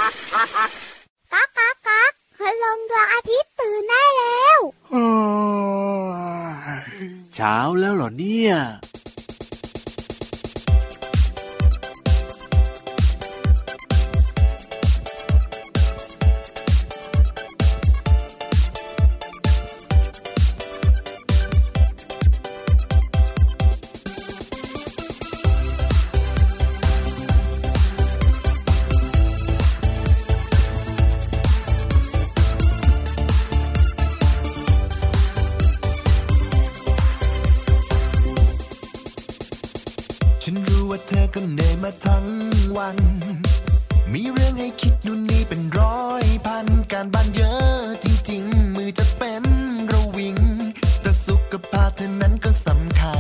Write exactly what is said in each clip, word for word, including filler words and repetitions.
ก๊ากก๊ากก๊ากคืลงดวงอาทิตย์ตื่นได้แล้วเช้าแล้วเหรอเนี่ยทั้งวันมีเรื่องให้คิดนู่นนี่เป็นร้อยพันการบ้านเยอะจริงๆมือจะเป็นระวิงแต่สุขภาพเธอนั้นก็สำคัญ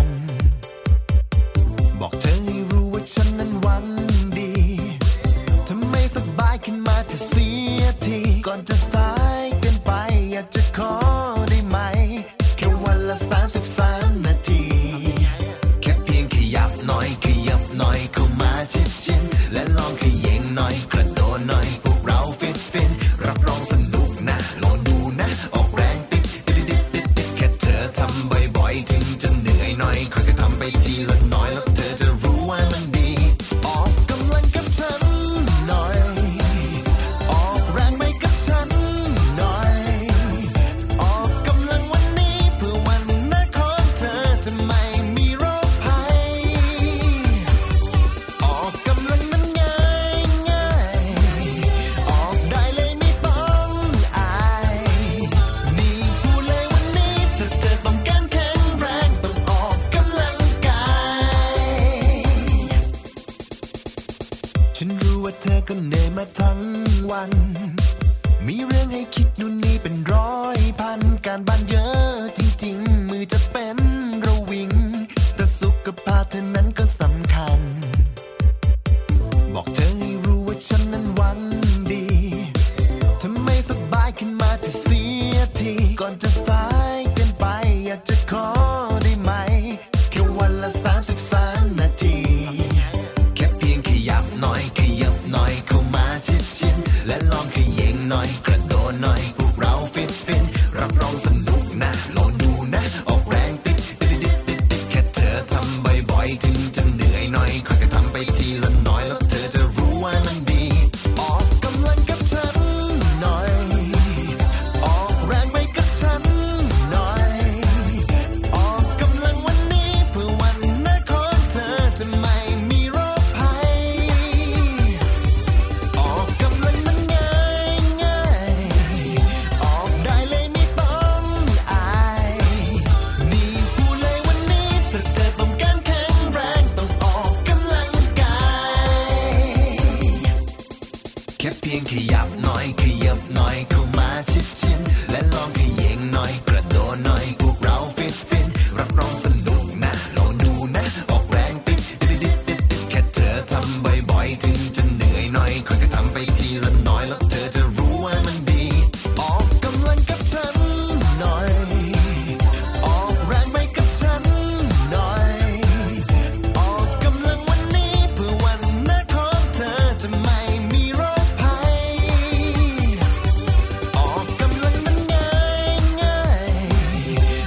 บอกเธอให้รู้ว่าฉันนั้นหวังดีถ้าไม่สบายขึ้นมาเธอเสียทีก่อนจะสายเกินไปอยากจะขอได้ไหมแค่วันละสามสิบสามนาทีแค่เพียงขยับหน่อยขยับหน่อยเข้ามาชิดๆและลองขยิงหน่อยกระโดดหน่อยพวกเราฟิตฟินรับรองสนุกนะลองดูนะออกแรงติดติดติดติดติดแค่เธอทำบ่อยๆถึงจะเหนื่อยหน่อยค่อยๆทำไปทีละน้อยแล้วเธอจะรู้ว่ามันดีออกกำลังกับฉันหน่อยออกแรงไปกับฉันหน่อยออกกำลังวันนี้เพื่อวันหน้าของเธอจะไม่มีโรคภัยออกกำลังนั้นง่ายง่ายออกได้เลยไม่ต้องอายนี่พูดเลยวันนี้ถ้าเธอต้องการแข็งแรงต้องออกกำลังกายฉันรู้ว่าเธอก็เหนื่อยมาทั้งวันมีเรื่องให้คิดนู่นนี่เป็นร้อยพันการบ้านเยอะจริงๆมือจะเป็นระวิงแต่สุขภาพเธอนั้นก็สำคัญบอกเธอให้รู้ว่าฉันนั้นหวังดีถ้าไม่สบายขึ้นมาเธอเสียทีก่อนจะสายเกินไปอยากจะขอได้ไหมแค่วันละสามสิบสามนาทีแค่เพียงขยับหน่อยขยับหน่อยเข้ามาชิดๆและลองขยิงหน่อยกระโดดหน่อยพวกเราฟิตฟินรับรองสนุกนะลองดูนะออกแรงติดติดติดติดติดแค่เธอทำบ่อยๆถึงจะเหนื่อยหน่อยค่อยๆทำไปทีละน้อยแล้วเธอจะรู้ว่ามันดีออกกำลังกับฉันหน่อยออกแรงไปกับฉันหน่อยออกกำลังวันนี้เพื่อวันหน้าของเธอจะไม่มีโรคภัยออกกำลังนั้นง่ายง่ายออกได้เลยไม่ต้องอายนี่พูดเลยวันนี้ถ้าเธอต้องการแข็งแรงต้องออกกำลังกายแค่เพียงขยับหน่อยขยับหน่อยเข้ามาชิดๆและลองขยิงหน่อยกระโดดหน่อยพวกเราฟิตฟินรับรองสนุกนะลองดูนะออกแรงติดติดติดติดติดแค่เธอทำบ่อยๆถึงจะเหนื่อยหน่อยค่อยๆทำไปทีละน้อยแล้วเธอจะรู้ว่ามันดีออกกำลังกับฉันหน่อยออกแรงไปกับฉันหน่อยออกกำลังวันนี้เพื่อวันหน้าของเธอจะไม่มีโรคภัยออกกำลังนั้นง่ายง่าย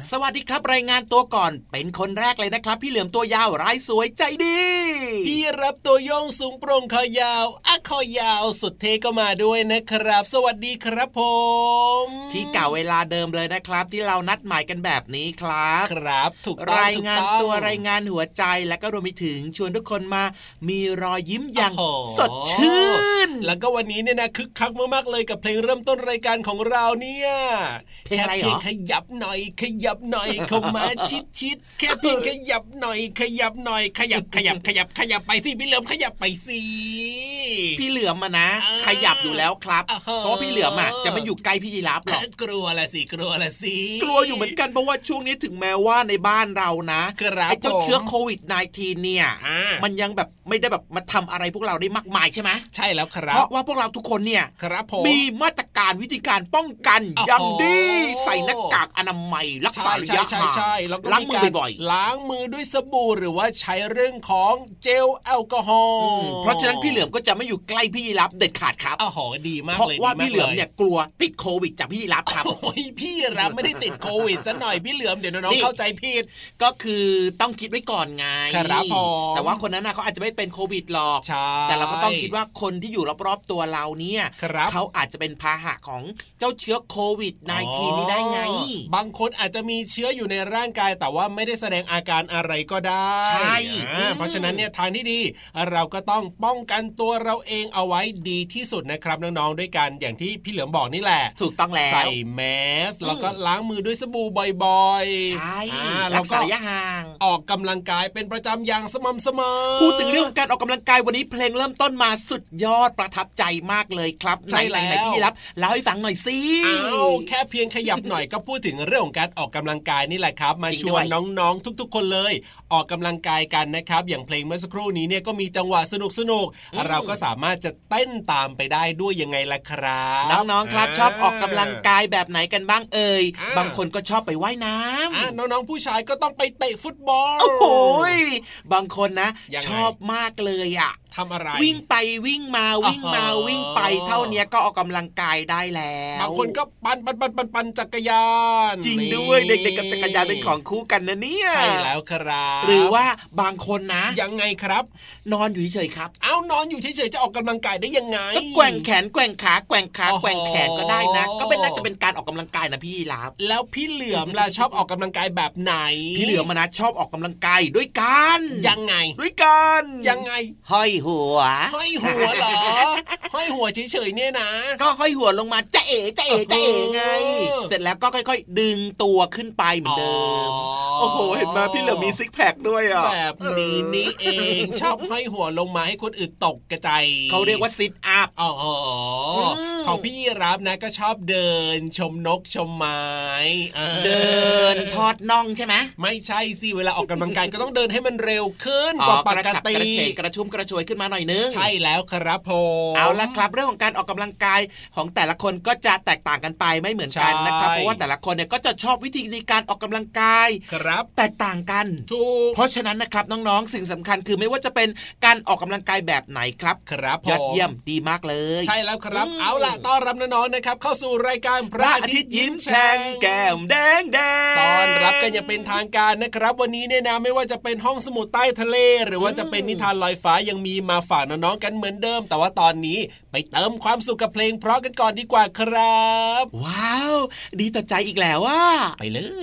สวัสดีครับรายงานตัวก่อนเป็นคนแรกเลยนะครับพี่เหลือมตัวยาวลายสวยใจดีพี่รับตัวโยงสูงโปร่งคอยาวอะคอยาวสุดเท่ก็มาด้วยนะครับสวัสดีครับผมที่เก่าเวลาเดิมเลยนะครับที่เรานัดหมายกันแบบนี้ครับครับถูกต้องรายงานตัวรายงานหัวใจและก็รวมไปถึงชวนทุกคนมามีรอยยิ้มอย่างสดชื่นแล้วก็วันนี้เนี่ยนะคึกคักมากๆเลยกับเพลงเริ่มต้นรายการของเราเนี่ยเพลงอะไรหรอขยับหน่อยขยับหน่อยเข้ามาชิดๆแค่เพียงขยับหน่อยขยับหน่อยขยับขยับขยับขยับไปสิพี่เหลือมขยับไปสิพี่เหลือมมานะขยับอยู่แล้วครับเพราะพี่เหลือมอ่ะจะไม่อยู่ใกล้พี่ยีราฟหรอกกลัวละสิกลัวละสิกลัวอยู่เหมือนกันเพราะว่าช่วงนี้ถึงแม้ว่าในบ้านเรานะไอ้เจ้าเชื้อโควิด สิบเก้า เนี่ยมันยังแบบไม่ได้แบบมาทำอะไรพวกเราได้มากมายใช่ไหมใช่แล้วครับเพราะว่าพวกเราทุกคนเนี่ยมีมาตรการวิธีการป้องกันอย่างดีใส่หน้ากากอนามัยรักษาระยะห่างล้างมือบ่อยๆล้างมือด้วยสบู่หรือว่าใช้เรื่องของเจลแอลกอฮอล์เพราะฉะนั้นพี่เหลือมก็จะไม่อยู่ใกล้พี่ยีราฟเด็ดขาดครับอ๋อดีมากเลยเพราะว่าพี่เหลือมเนี่ยกลัวติดโควิดจากพี่ยีราฟครับโอ้ยพี่ยีราฟไม่ได้ติดโควิดซะหน่อยพี่เหลือมเดี๋ยวน้องเข้าใจผิดก็คือต้องคิดไว้ก่อนไงครับผมแต่ว่าคนนั้นน่ะเขาอาจจะไม่เป็นโควิดหรอกแต่เราก็ต้องคิดว่าคนที่อยู่รอบๆตัวเราเนี่ยเขาอาจจะเป็นพาหะของเจ้าเชื้อโควิด สิบเก้า นี้ได้ไงบางคนอาจจะมีเชื้ออยู่ในร่างกายแต่ว่าไม่ได้แสดงอาการอะไรก็ได้ใช่เพราะฉะนั้นเนี่ยทางที่ดีเราก็ต้องป้องกันตัวเราเองเอาไว้ดีที่สุดนะครับน้องๆด้วยกันอย่างที่พี่เหลือมบอกนี่แหละถูกต้องแล้วใส่แมสแล้วก็ล้างมือด้วยสบู่บ่อยๆใช่รักษาระยะห่างออกกำลังกายเป็นประจำอย่างสม่ำเสมอพูดถึงเรื่องของการออกกำลังกายวันนี้เพลงเริ่มต้นมาสุดยอดประทับใจมากเลยครับใช่แล้วพี่รับเล่าให้ฟังหน่อยสิอ้าวแค่เพียงขยับหน่อยก็พูดถึงเรื่องของการออกกำลังกายนี่แหละครับมาชวนน้องๆทุกๆคนเลยออกกำลังกายกันนะครับอย่างเพลงเมื่อสักครู่นี้เนี่ยก็มีจังหวะสนุกๆเราก็สามารถจะเต้นตามไปได้ด้วยยังไงล่ะครับน้องๆครับชอบออกกำลังกายแบบไหนกันบ้างเอ่ยบางคนก็ชอบไปว่ายน้ำน้องๆผู้ชายก็ต้องไปเตะฟุตบอลโอ้โหบางคนนะชอบมากเลยอ่ะทำอะไรวิ่งไปวิ่งมาวิ่งมาวิ่งไปเท่านี้ก็ออกกำลังกายได้แล้วบางคนก็ปั่นปั่นปั่นปั่นปั่นจักรยานจริงด้วยเด็กๆกับจักรยานเป็นของคู่กันนะเนี่ยใช่แล้วครับหรือว่าบางคนนะยังไงครับนอนอยู่เฉยๆครับเอ้านอนอยู่เฉยๆจะออกกำลังกายได้ยังไงก็แกว่งแขนแกว่งขาแกว่งขาแกว่งแขนก็ได้นะก็เป็นน่าจะเป็นการออกกำลังกายนะพี่ลาบแล้วพี่เหลือมล่ะชอบออกกำลังกายแบบไหนพี่เหลือมนะชอบออกกำลังกายด้วยกันยังไงด้วยกันยังไงห้อยหัวห้อยหัวเหรอห้อยหัวเฉยๆเนี่ยนะก็ห้อยหัวลงมาจะเอ๋จะเอ๋จะเอ๋ไงเสร็จแล้วก็ค่อยๆดึงตัวขึ้นไปเหมือนเดิมโอ้โหเห็นไหมพี่เหลือมีซิกแพคด้วยอ่ะแบบนี้นี่เองชอบห้อยหัวลงมาให้คนอื่นตกกระจายเขาเรียกว่าซิทอัพอ๋อของพี่ยีราฟนะก็ชอบเดินชมนกชมไม้เดินทอดน่องใช่ไหมไม่ใช่สิเวลาออกกำลังกายก็ต้องเดินให้มันเร็วขึ้นกว่าปกติกระเฉดกระชุ่มกระชวยขึ้นมาหน่อยนึงใช่แล้วครับผมเอาละครับเรื่องของการออกกำลังกายของแต่ละคนก็จะแตกต่างกันไปไม่เหมือนกันนะครับเพราะว่าแต่ละคนเนี่ยก็จะชอบวิธีในการออกกำลังกายครับแตกต่างกันถูกเพราะฉะนั้นนะครับน้องๆสิ่งสำคัญคือไม่ว่าจะเป็นการออกกำลังกายแบบไหนครับครับยอดเยี่ยมดีมากเลยใช่แล้วครับเอาล่ะต้อนรับน้องๆนะครับเข้าสู่รายการพระอาทิตย์ยิ้มแฉ่งแก้มแดงแดงต้อนรับกันอย่างเป็นทางการนะครับวันนี้เนี่ยนะไม่ว่าจะเป็นห้องสมุดใต้ทะเลหรือว่าจะเป็นนิทานลอยฟ้ายังมีมาฝากน้องๆกันเหมือนเดิมแต่ว่าตอนนี้ไปเติมความสุขกับเพลงเพราะกันก่อนดีกว่าครับว้าวดีต่อใจอีกแล้วว่าไปเลย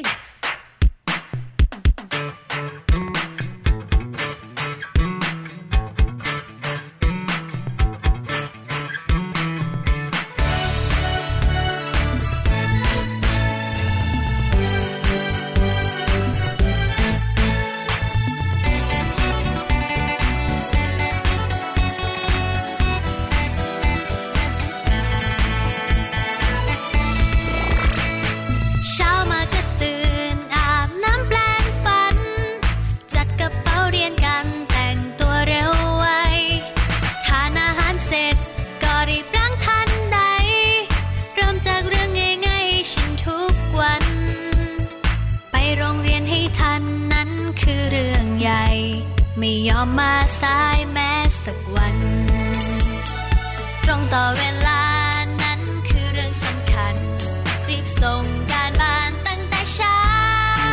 ไม่ยอมมาสายแม้สักวันตรงต่อเวลานั้นคือเรื่องสำคัญรีบส่งการบ้านตั้งแต่เช้า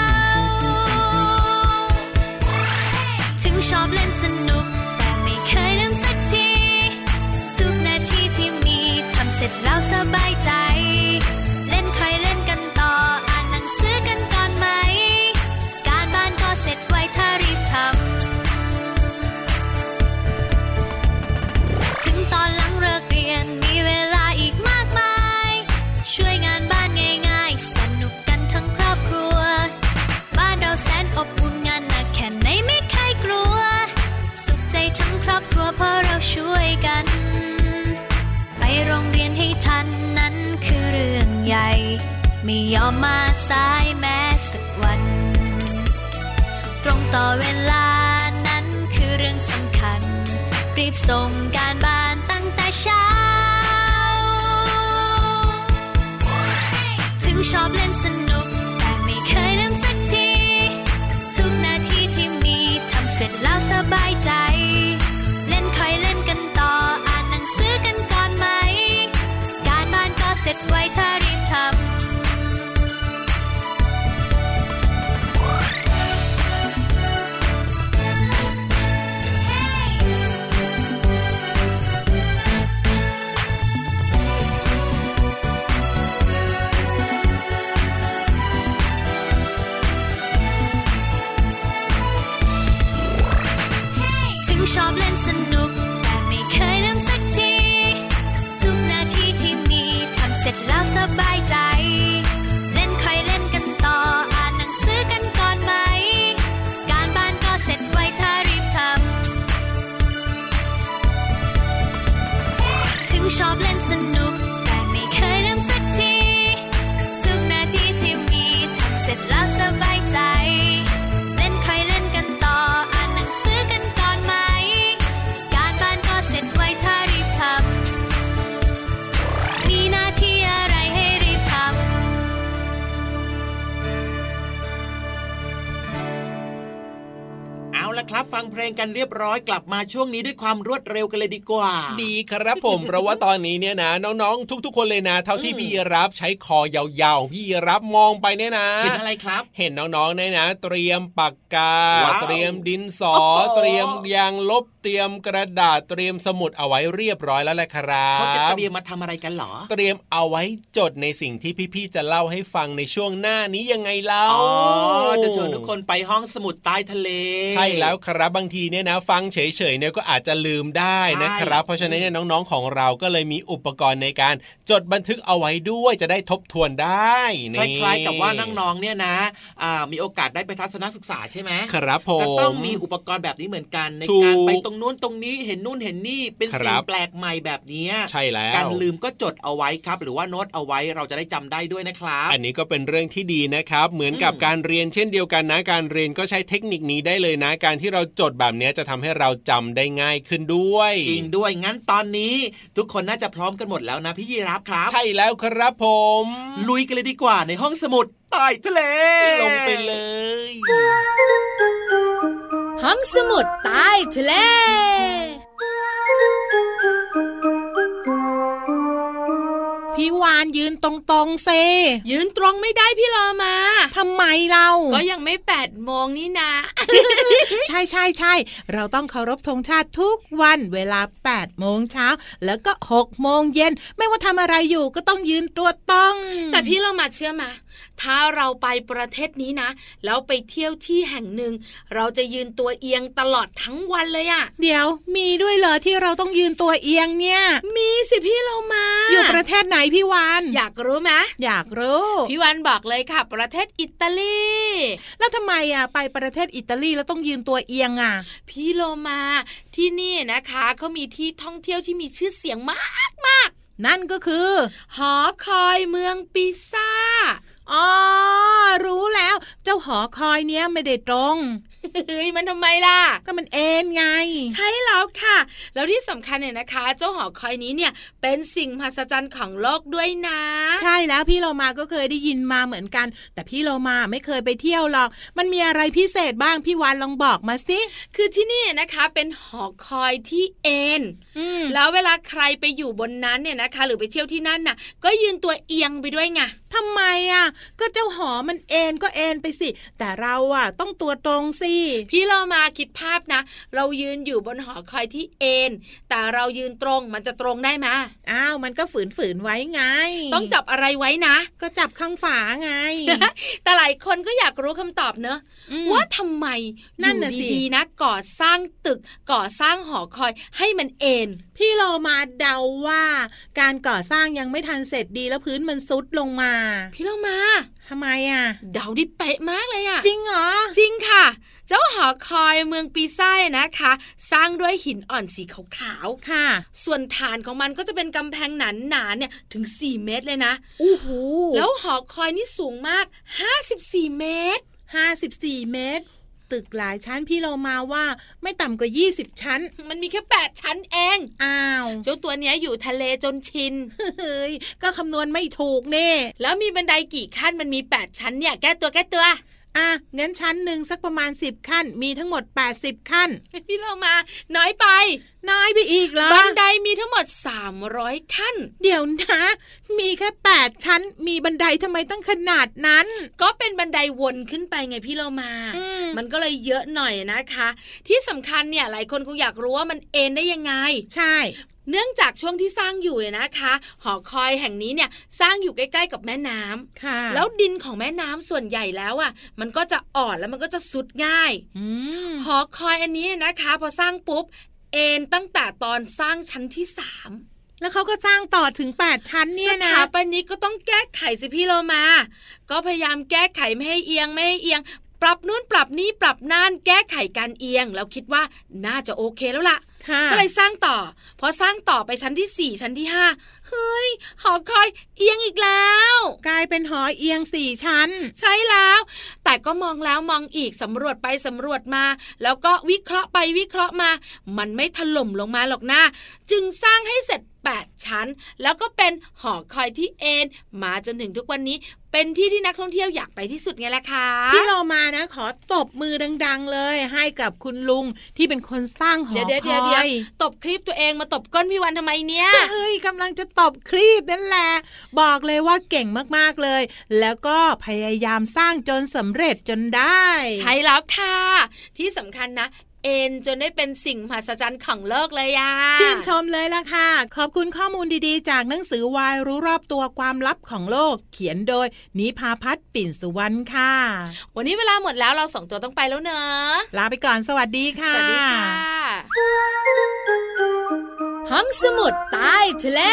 งานบ้านง่ายๆสนุกกันทั้งครอบครัวบ้านเราแสนอบอุ่นงานหนักแค่ไหนไม่เคยกลัวสุขใจทั้งครอบครัวเพราะเราช่วยกันไปโรงเรียนให้ทันนั้นคือเรื่องใหญ่ไม่ยอมมาสายแม้สักวันตรงต่อเวลานั้นคือเรื่องสำคัญรีบส่งการบ้านตั้งแต่เช้าถึงชอบเล่นสนุกแต่ไม่เคยลืมสักทีทุกนาทีที่มีทำเสร็จแล้วสบายใจเล่นค่อยเล่นกันต่ออ่านหนังสือกันก่อนไหมการบ้านก็เสร็จไวถ้ารีบทำชอบเล่นสนุกแต่ไม่เคยลืมสักทีทุกนาทีที่มีทำเสร็จแล้วสบายใจเล่นค่อยเล่นกันต่ออ่านหนังสือกันก่อนไหมการบ้านก็เสร็จไวถ้ารีบทำถึงชอบเล่นสนุกแต่ไม่เคยลืมสักทีทุกนาทีที่มีทำเสร็จแล้วสบายใจเล่นค่อยเล่นกันต่ออ่านหนังสือกันก่อนไหมการบ้านก็เสร็จไวถ้ารีบทำมีหน้าที่อะไรให้รีบทำเอาละครับฟังเพลงกันเรียบร้อยกลับมาช่วงนี้ด้วยความรวดเร็วกันเลยดีกว่าดีครับผม เพราะว่าตอนนี้เนี่ยนะน้องๆทุกๆคนเลยนะเท่าที่พี่รับใช้คอยาวๆพี่รับมองไปเนี่ยนะเห็นอะไรครับเห็นน้องๆเนี่ยนะเตรียมปากกาเตรียมดินสอเตรียมยางลบเตรียมกระดาษเตรียมสมุดเอาไว้เรียบร้อยแล้วแหละครับเขาจะเตรียมมาทำอะไรกันหรอเตรียมเอาไว้จดในสิ่งที่พี่ๆจะเล่าให้ฟังในช่วงหน้านี้ยังไงเล่าอ๋อจะชวนทุกคนไปห้องสมุดใต้ทะเลใช่แล้วครับบางทีเนี่ยนะฟังเฉยๆเนี่ยก็อาจจะลืมได้นะครับเพราะฉะนั้นเนี่ยน้องๆของเราก็เลยมีอุปกรณ์ในการจดบันทึกเอาไว้ด้วยจะได้ทบทวนได้คล้ายๆกับว่าน้องๆเนี่ยนะมีโอกาสได้ไปทัศนศึกษาใช่ไหมครับผมก็ต้องมีอุปกรณ์แบบนี้เหมือนกันในการไปตรงนู้นตรงนี้เห็นนู่นเห็นนี่เป็นสิ่งแปลกใหม่แบบนี้ใช่แล้วการลืมก็จดเอาไว้ครับหรือว่าโน้ตเอาไว้เราจะได้จำได้ด้วยนะครับอันนี้ก็เป็นเรื่องที่ดีนะครับเหมือนกับการเรียนเช่นเดียวกันนะการเรียนก็ใช้เทคนิคนี้ได้เลยนะการที่เราจดแบบนี้จะทำให้เราจำได้ง่ายขึ้นด้วยจริงด้วยงั้นตอนนี้ทุกคนน่าจะพร้อมกันหมดแล้วนะพี่ยีรับครับใช่แล้วครับผมลุยกันเลยดีกว่าในห้องสมุดใต้ทะเลลงไปเลยห้องสมุดใต้ทะเลพี่วานยืนตรงๆเซยืนตรงไม่ได้พี่ลอมาทำไมเราก็ยังไม่แปดโมงนี่นะใช่ใช่ใช่เราต้องเคารพธงชาติทุกวันเวลาแปดโมงเช้าแล้วก็หกโมงเย็นไม่ว่าทำอะไรอยู่ก็ต้องยืนตัวต้องแต่พี่ลอมาเชื่อมาถ้าเราไปประเทศนี้นะแล้วไปเที่ยวที่แห่งหนึ่งเราจะยืนตัวเอียงตลอดทั้งวันเลยอะเดี๋ยวมีด้วยเหรอที่เราต้องยืนตัวเอียงเนี่ยมีสิพี่ลอมาอยู่ประเทศไหนพี่วานอยากรู้ไหมอยากรู้พี่วานบอกเลยค่ะประเทศอิตาลีแล้วทำไมอ่ะไปประเทศอิตาลีแล้วต้องยืนตัวเอียงอ่ะพี่โลมาที่นี่นะคะเขามีที่ท่องเที่ยวที่มีชื่อเสียงมากมากนั่นก็คือหอคอยเมืองปิซ่าอ๋อรู้แล้วเจ้าหอคอยเนี้ยไม่ได้ตรงเฮ้ยมันทำไมล่ะก็มันเอ็นไงใช่แล้วค่ะแล้วที่สำคัญเนี่ยนะคะเจ้าหอคอยนี้เนี่ยเป็นสิ่งมหัศจรรย์ของโลกด้วยนะใช่แล้วพี่โลมาก็เคยได้ยินมาเหมือนกันแต่พี่โลมาไม่เคยไปเที่ยวหรอกมันมีอะไรพิเศษบ้างพี่วานลองบอกมาสิคือที่นี่นะคะเป็นหอคอยที่เอ็นแล้วเวลาใครไปอยู่บนนั้นเนี่ยนะคะหรือไปเที่ยวที่นั่นน่ะก็ยืนตัวเอียงไปด้วยไงทำไมอ่ะก็เจ้าหอมันเอ็นก็เอ็นไปสิแต่เราอ่ะต้องตัวตรงสิพี่เรามาคิดภาพนะเรายืนอยู่บนหอคอยที่เอ็นแต่เรายืนตรงมันจะตรงได้ไหมอ้าวมันก็ฝืนๆไว้ไงต้องจับอะไรไว้นะก็จับข้างฝาไงแต่หลายคนก็อยากรู้คำตอบเนอะว่าทำไมอยู่ดีๆนะก่อสร้างตึกก่อสร้างหอคอยให้มันเอ็นพี่โลมาเดาว่าการก่อสร้างยังไม่ทันเสร็จดีแล้วพื้นมันซุดลงมาพี่โลมาทำไมอ่ะเดาดิเป๊ะมากเลยอ่ะจริงเหรอจริงค่ะเจ้าหอคอยเมืองปีซ่านะคะสร้างด้วยหินอ่อนสีขาวๆค่ะส่วนฐานของมันก็จะเป็นกำแพงหนาๆเนี่ยถึงสี่เมตรเลยนะอู้หูแล้วหอคอยนี่สูงมากห้าสิบสี่เมตรห้าสิบสี่เมตรตึกหลายชั้นพี่เรามาว่าไม่ต่ำกว่ายี่สิบชั้นมันมีแค่แปดชั้นเองอ้าวเจ้าตัวเนี้ยอยู่ทะเลจนชินเฮ้ยก็คำนวณไม่ถูกเน่แล้วมีบันไดกี่ขั้นมันมีแปดชั้นเนี่ยแก้ตัวแก้ตัวอ่ะงั้นชั้นหนึ่งสักประมาณสิบขั้นมีทั้งหมดแปดสิบขั้นพี่เรามาน้อยไปน้อยไปอีกเหรอบันไดมีทั้งหมดสามร้อยขั้นเดี๋ยวนะมีแค่แปดชั้นมีบันไดทำไมต้องขนาดนั้นก็เป็นบันไดวนขึ้นไปไงพี่เรามา ม, มันก็เลยเยอะหน่อยนะคะที่สำคัญเนี่ยหลายคนคงอยากรู้ว่ามันเอ็นได้ยังไงใช่เนื่องจากช่วงที่สร้างอยู่นะคะหอคอยแห่งนี้เนี่ยสร้างอยู่ใกล้ๆกับแม่น้ำแล้วดินของแม่น้ำส่วนใหญ่แล้วอ่ะมันก็จะอ่อนแล้วมันก็จะซุดง่ายหอคอยอันนี้นะคะพอสร้างปุ๊บเอ็นตั้งแต่ตอนสร้างชั้นที่สามแล้วเขาก็สร้างต่อถึงแปดชั้นเนี่ยนะสถาปนิกก็ต้องแก้ไขสิพี่โลมาก็พยายามแก้ไขไม่ให้เอียงไม่ให้เอียงปรับนู่นปรับนี่ปรับนั่นแก้ไขการเอียงแล้วคิดว่าน่าจะโอเคแล้วล่ะก็เลยสร้างต่อพอสร้างต่อไปชั้นที่สี่ชั้นที่ห้าเฮ้ยหอคอยเอียงอีกแล้วกลายเป็นหอเอียงสี่ชั้นใช่แล้วแต่ก็มองแล้วมองอีกสำรวจไปสำรวจมาแล้วก็วิเคราะห์ไปวิเคราะห์มามันไม่ถล่มลงมาหรอกนะจึงสร้างให้เสร็จแปดชั้นแล้วก็เป็นหอคอยที่เอ็นมาจนถึงทุกวันนี้เป็นที่ที่นักท่องเที่ยวอยากไปที่สุดไงล่ะคะพี่เรามานะขอตบมือดังๆเลยให้กับคุณลุงที่เป็นคนสร้างหอคอยตบคลิปตัวเองมาตบก้นพี่วันทำไมเนี่ยเฮ้ยกำลังจะตบคลิปนั่นแหละบอกเลยว่าเก่งมากๆเลยแล้วก็พยายามสร้างจนสำเร็จจนได้ใช่แล้วค่ะที่สำคัญนะเอ็นจนได้เป็นสิ่งมหัศจรรย์ของโลกเลยอ่ะชื่นชมเลยล่ะค่ะขอบคุณข้อมูลดีๆจากหนังสือวายรู้รอบตัวความลับของโลกเขียนโดยนิพาพัฒน์ปิ่นสุวรรณค่ะวันนี้เวลาหมดแล้วเราสองตัวต้องไปแล้วเนอะลาไปก่อนสวัสดีค่ะสวัสดีค่ะห้องสมุดใต้ทะเล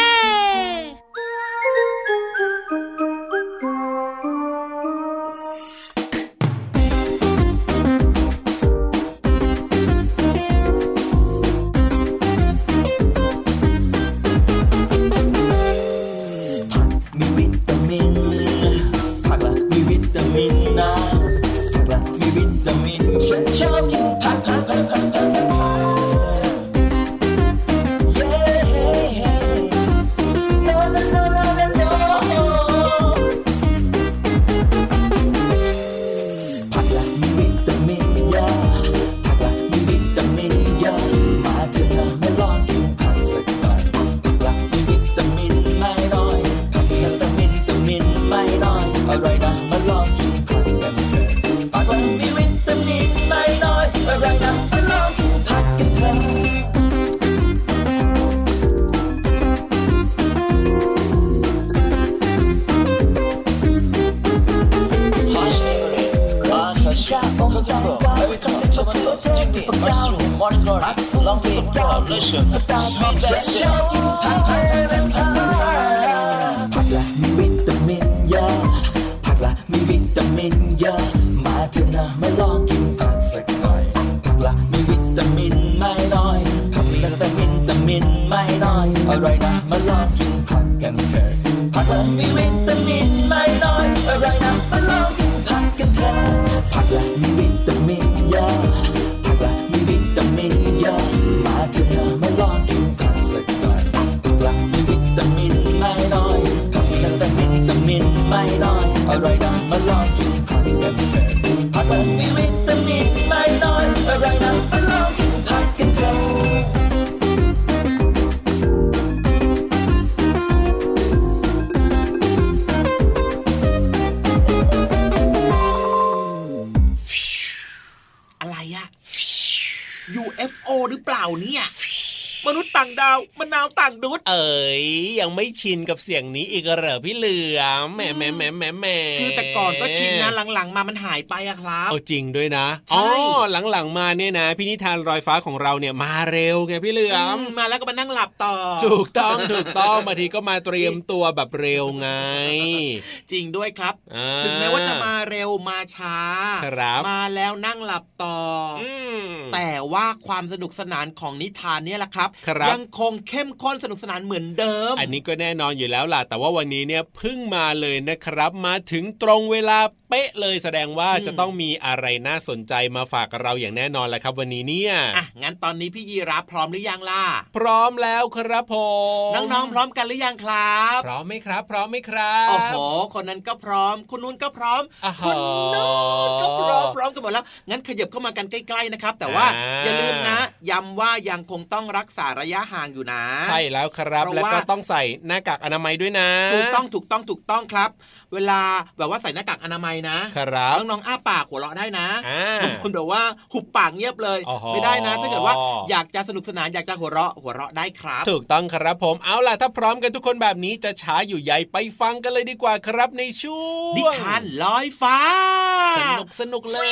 หรือเปล่าเนี่ยมนุษย์ต่างดาวมะนาวต่างดุดเอ๋ยยังไม่ชินกับเสียงนี้อีกเหรอพี่เหลือมแหมแหมแหมแหมแหมคือแต่ก่อนก็ชินนะหลังๆมามันหายไปอะครับเอาจริงด้วยนะอ๋อหลังๆมาเนี่ยนะพี่นิทานลอยฟ้าของเราเนี่ยมาเร็วไงพี่เหลือมมาแล้วก็มานั่งหลับต่อถูกต้องถูกต้องบางทีก็มาเตรียมตัวแบบเร็วไงจริงด้วยครับถึงแม้ว่าจะมาเร็วมาช้ามาแล้วนั่งหลับต่อแต่ว่าความสนุกสนานของนิทานเนี่ยแหละครับยังคงเข้มข้นสนุกสนานเหมือนเดิมอันนี้ก็แน่นอนอยู่แล้วล่ะแต่ว่าวันนี้เนี่ยเพิ่งมาเลยนะครับมาถึงตรงเวลาเป๊ะเลยแสดงว่าจะต้องมีอะไรน่าสนใจมาฝากเราอย่างแน่นอนแหละครับวันนี้เนี่ยอ่ะงั้นตอนนี้พี่ยีรับพร้อมหรือยังล่ะพร้อมแล้วครับผมน้องๆพร้อมกันหรือยังครับพร้อมไหมครับพร้อมไหมครับโอ้โหคนนั้นก็พร้อมคนนู้นก็พร้อมคนโน้นก็พร้อมพร้อมกันหมดแล้วงั้นขยับเข้ามากันใกล้ๆนะครับแต่ว่าอย่าลืมนะย้ำว่ายังคงต้องรักษาระยะห่างอยู่นะใช่แล้วครับแล้วก็ต้องใส่หน้ากากอนามัยด้วยนะถูกต้องถูกต้องถูกต้องครับเวลาแบบว่าใส่หน้ากากอนามัยนะครับน้องๆอ้าปากหัวเราะได้นะบางคนบอกว่าหุบปากเงียบเลยไม่ได้นะถ้าเกิดว่าอยากจะสนุกสนานอยากจะหัวเราะหัวเราะได้ครับถูกต้องครับผมเอาล่ะถ้าพร้อมกันทุกคนแบบนี้จะช้าอยู่ใหญ่ไปฟังกันเลยดีกว่าครับในช่วงนิทานลอยฟ้าสนุกสนุกเลย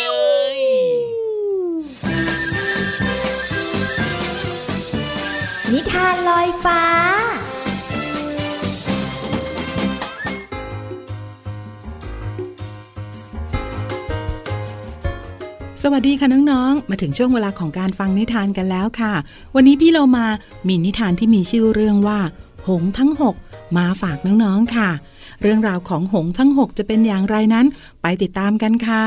นิทานลอยฟ้าสวัสดีค่ะน้องๆมาถึงช่วงเวลาของการฟังนิทานกันแล้วค่ะวันนี้พี่เรามามีนิทานที่มีชื่อเรื่องว่าหงส์ทั้งหกมาฝากน้องๆค่ะเรื่องราวของหงส์ทั้งหกจะเป็นอย่างไรนั้นไปติดตามกันค่ะ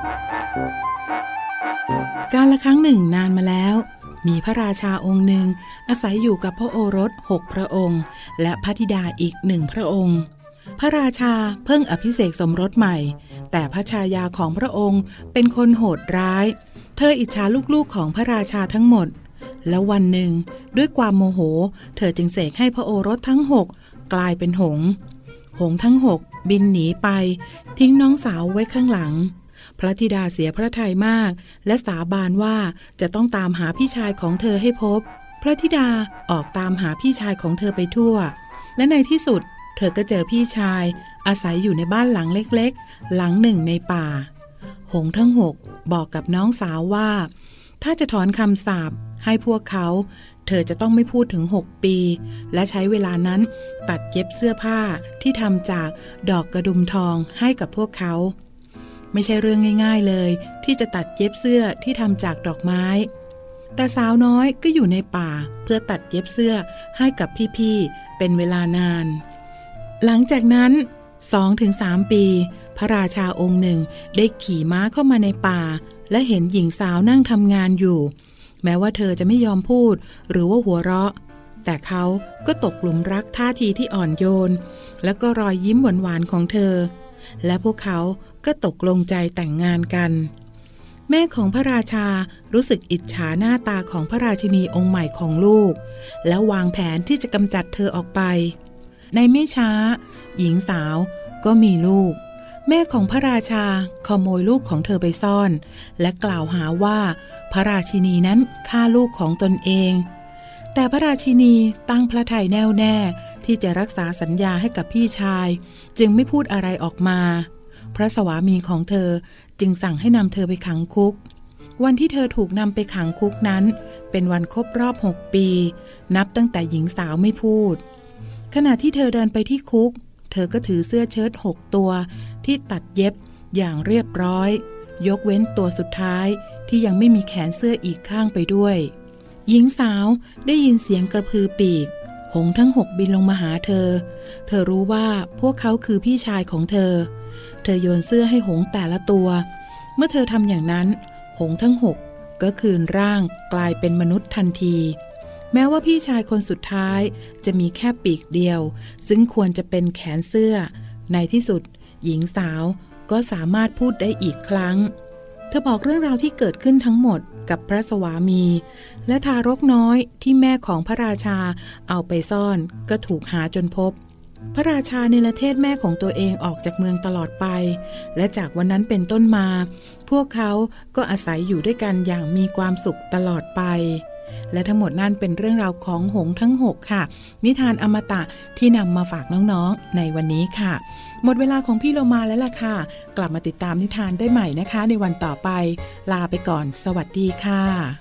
กาลครั้งหนึ่งนานมาแล้วมีพระราชาองค์หนึ่งอาศัยอยู่กับพระโอรสหกพระองค์และพระธิดาอีกหนึ่งพระองค์พระราชาเพิ่งอภิเษกสมรสใหม่แต่พระชายาของพระองค์เป็นคนโหดร้ายเธออิจฉาลูกๆของพระราชาทั้งหมดแล้ววันหนึ่งด้วยความโมโหเธอจึงเสกให้พระโอรสทั้งหกกลายเป็นหงส์หงส์ทั้งหกบินหนีไปทิ้งน้องสาวไว้ข้างหลังพระธิดาเสียพระทัยมากและสาบานว่าจะต้องตามหาพี่ชายของเธอให้พบพระธิดาออกตามหาพี่ชายของเธอไปทั่วและในที่สุดเธอก็เจอพี่ชายอาศัยอยู่ในบ้านหลังเล็กๆหลังหนึ่งในป่าหงส์ทั้งหกบอกกับน้องสาวว่าถ้าจะถอนคำสาปให้พวกเขาเธอจะต้องไม่พูดถึงหกปีและใช้เวลานั้นตัดเย็บเสื้อผ้าที่ทำจากดอกกระดุมทองให้กับพวกเขาไม่ใช่เรื่องง่ายๆเลยที่จะตัดเย็บเสื้อที่ทำจากดอกไม้แต่สาวน้อยก็อยู่ในป่าเพื่อตัดเย็บเสื้อให้กับพี่ๆเป็นเวลานานหลังจากนั้น สองถึงสาม ปีพระราชาองค์หนึ่งได้ขี่ม้าเข้ามาในป่าและเห็นหญิงสาวนั่งทำงานอยู่แม้ว่าเธอจะไม่ยอมพูดหรือว่าหัวเราะแต่เขาก็ตกหลุมรักท่าทีที่อ่อนโยนและก็รอยยิ้มหวานๆของเธอและพวกเขาก็ตกลงใจแต่งงานกันแม่ของพระราชารู้สึกอิจฉาหน้าตาของพระราชินีองค์ใหม่ของลูกแล้ววางแผนที่จะกำจัดเธอออกไปในไม่ช้าหญิงสาวก็มีลูกแม่ของพระราชาขโมยลูกของเธอไปซ่อนและกล่าวหาว่าพระราชินีนั้นฆ่าลูกของตนเองแต่พระราชินีตั้งพระทัยแน่วแน่ที่จะรักษาสัญญาให้กับพี่ชายจึงไม่พูดอะไรออกมาพระสวามีของเธอจึงสั่งให้นำเธอไปขังคุกวันที่เธอถูกนำไปขังคุกนั้นเป็นวันครบรอบหกปีนับตั้งแต่หญิงสาวไม่พูดขณะที่เธอเดินไปที่คุกเธอก็ถือเสื้อเชิ้ตหกตัวที่ตัดเย็บอย่างเรียบร้อยยกเว้นตัวสุดท้ายที่ยังไม่มีแขนเสื้ออีกข้างไปด้วยหญิงสาวได้ยินเสียงกระพือปีกหงส์ทั้งหกบินลงมาหาเธอเธอรู้ว่าพวกเขาคือพี่ชายของเธอเธอโยนเสื้อให้หงส์แต่ละตัวเมื่อเธอทำอย่างนั้นหงส์ทั้งหกก็คืนร่างกลายเป็นมนุษย์ทันทีแม้ว่าพี่ชายคนสุดท้ายจะมีแค่ปีกเดียวซึ่งควรจะเป็นแขนเสื้อในที่สุดหญิงสาวก็สามารถพูดได้อีกครั้งเธอบอกเรื่องราวที่เกิดขึ้นทั้งหมดกับพระสวามีและทารกน้อยที่แม่ของพระราชาเอาไปซ่อนก็ถูกหาจนพบพระราชาเนรเทศแม่ของตัวเองออกจากเมืองตลอดไปและจากวันนั้นเป็นต้นมาพวกเขาก็อาศัยอยู่ด้วยกันอย่างมีความสุขตลอดไปและทั้งหมดนั่นเป็นเรื่องราวของหงส์ทั้งหกค่ะนิทานอมตะที่นำมาฝากน้องๆในวันนี้ค่ะหมดเวลาของพี่โลมาแล้วล่ะค่ะกลับมาติดตามนิทานได้ใหม่นะคะในวันต่อไปลาไปก่อนสวัสดีค่ะ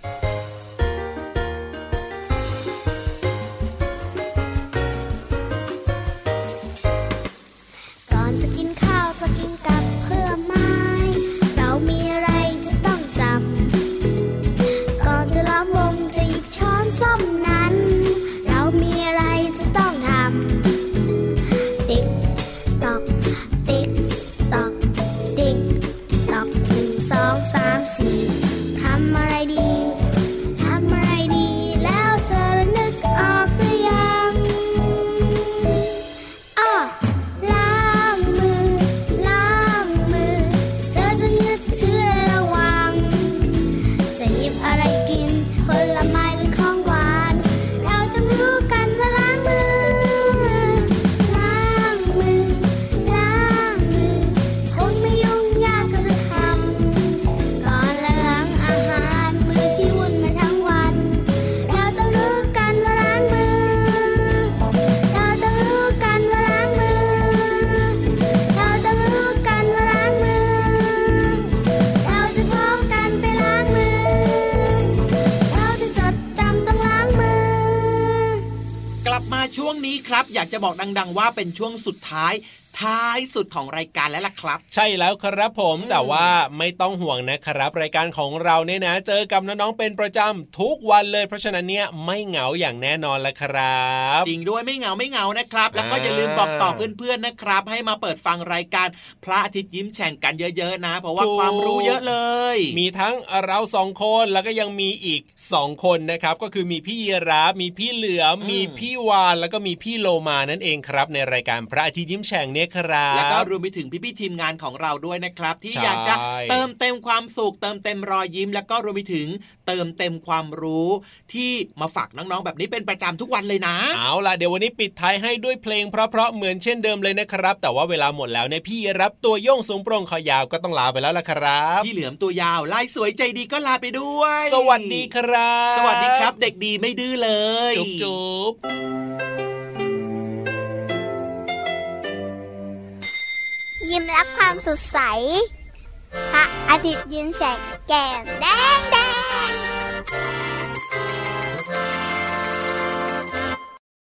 ช่วงนี้ครับอยากจะบอกดังๆว่าเป็นช่วงสุดท้ายท้ายสุดของรายการแล้วล่ะครับใช่แล้วครับผมแต่ว่าไม่ต้องห่วงนะครับรายการของเราเนี่ยนะเจอกับน้องๆเป็นประจำทุกวันเลยเพราะฉะนั้นเนี่ยไม่เหงาอย่างแน่นอนละครับจริงด้วยไม่เหงาไม่เหงานะครับแล้วก็อย่าลืมบอกต่อเพื่อนๆนะครับให้มาเปิดฟังรายการพระอาทิตย์ยิ้มแฉ่งกันเยอะๆนะเพราะว่าความรู้เยอะเลยมีทั้งเราสองคนแล้วก็ยังมีอีกสองคนนะครับก็คือมีพี่ยีราฟมีพี่เหลือมมีพี่วานแล้วก็มีพี่โลมานั่นเองครับในรายการพระอาทิตย์ยิ้มแฉ่งเนี่ยครับแล้วก็รวมไปถึงพี่ๆทีมงานของเราด้วยนะครับที่อยากจะเติมเต็มความสุขเติมเต็มรอยยิ้มแล้วก็รวมไปถึงเติมเต็มความรู้ที่มาฝากน้องๆแบบนี้เป็นประจำทุกวันเลยนะเอาล่ะเดี๋ยววันนี้ปิดท้ายให้ด้วยเพลงเพราะๆเหมือนเช่นเดิมเลยนะครับแต่ว่าเวลาหมดแล้วเนี่ยพี่รับตัวโยงสูงโปร่งคอยาวก็ต้องลาไปแล้วล่ะครับพี่เหลือมตัวยาวลายสวยใจดีก็ลาไปด้วยสวัสดีครับสวัสดีครับเด็กดีไม่ดื้อเลยจุ๊บยิ้มรับความสดใสพระอาทิตย์ยิ้มแฉกแก้มแดงแด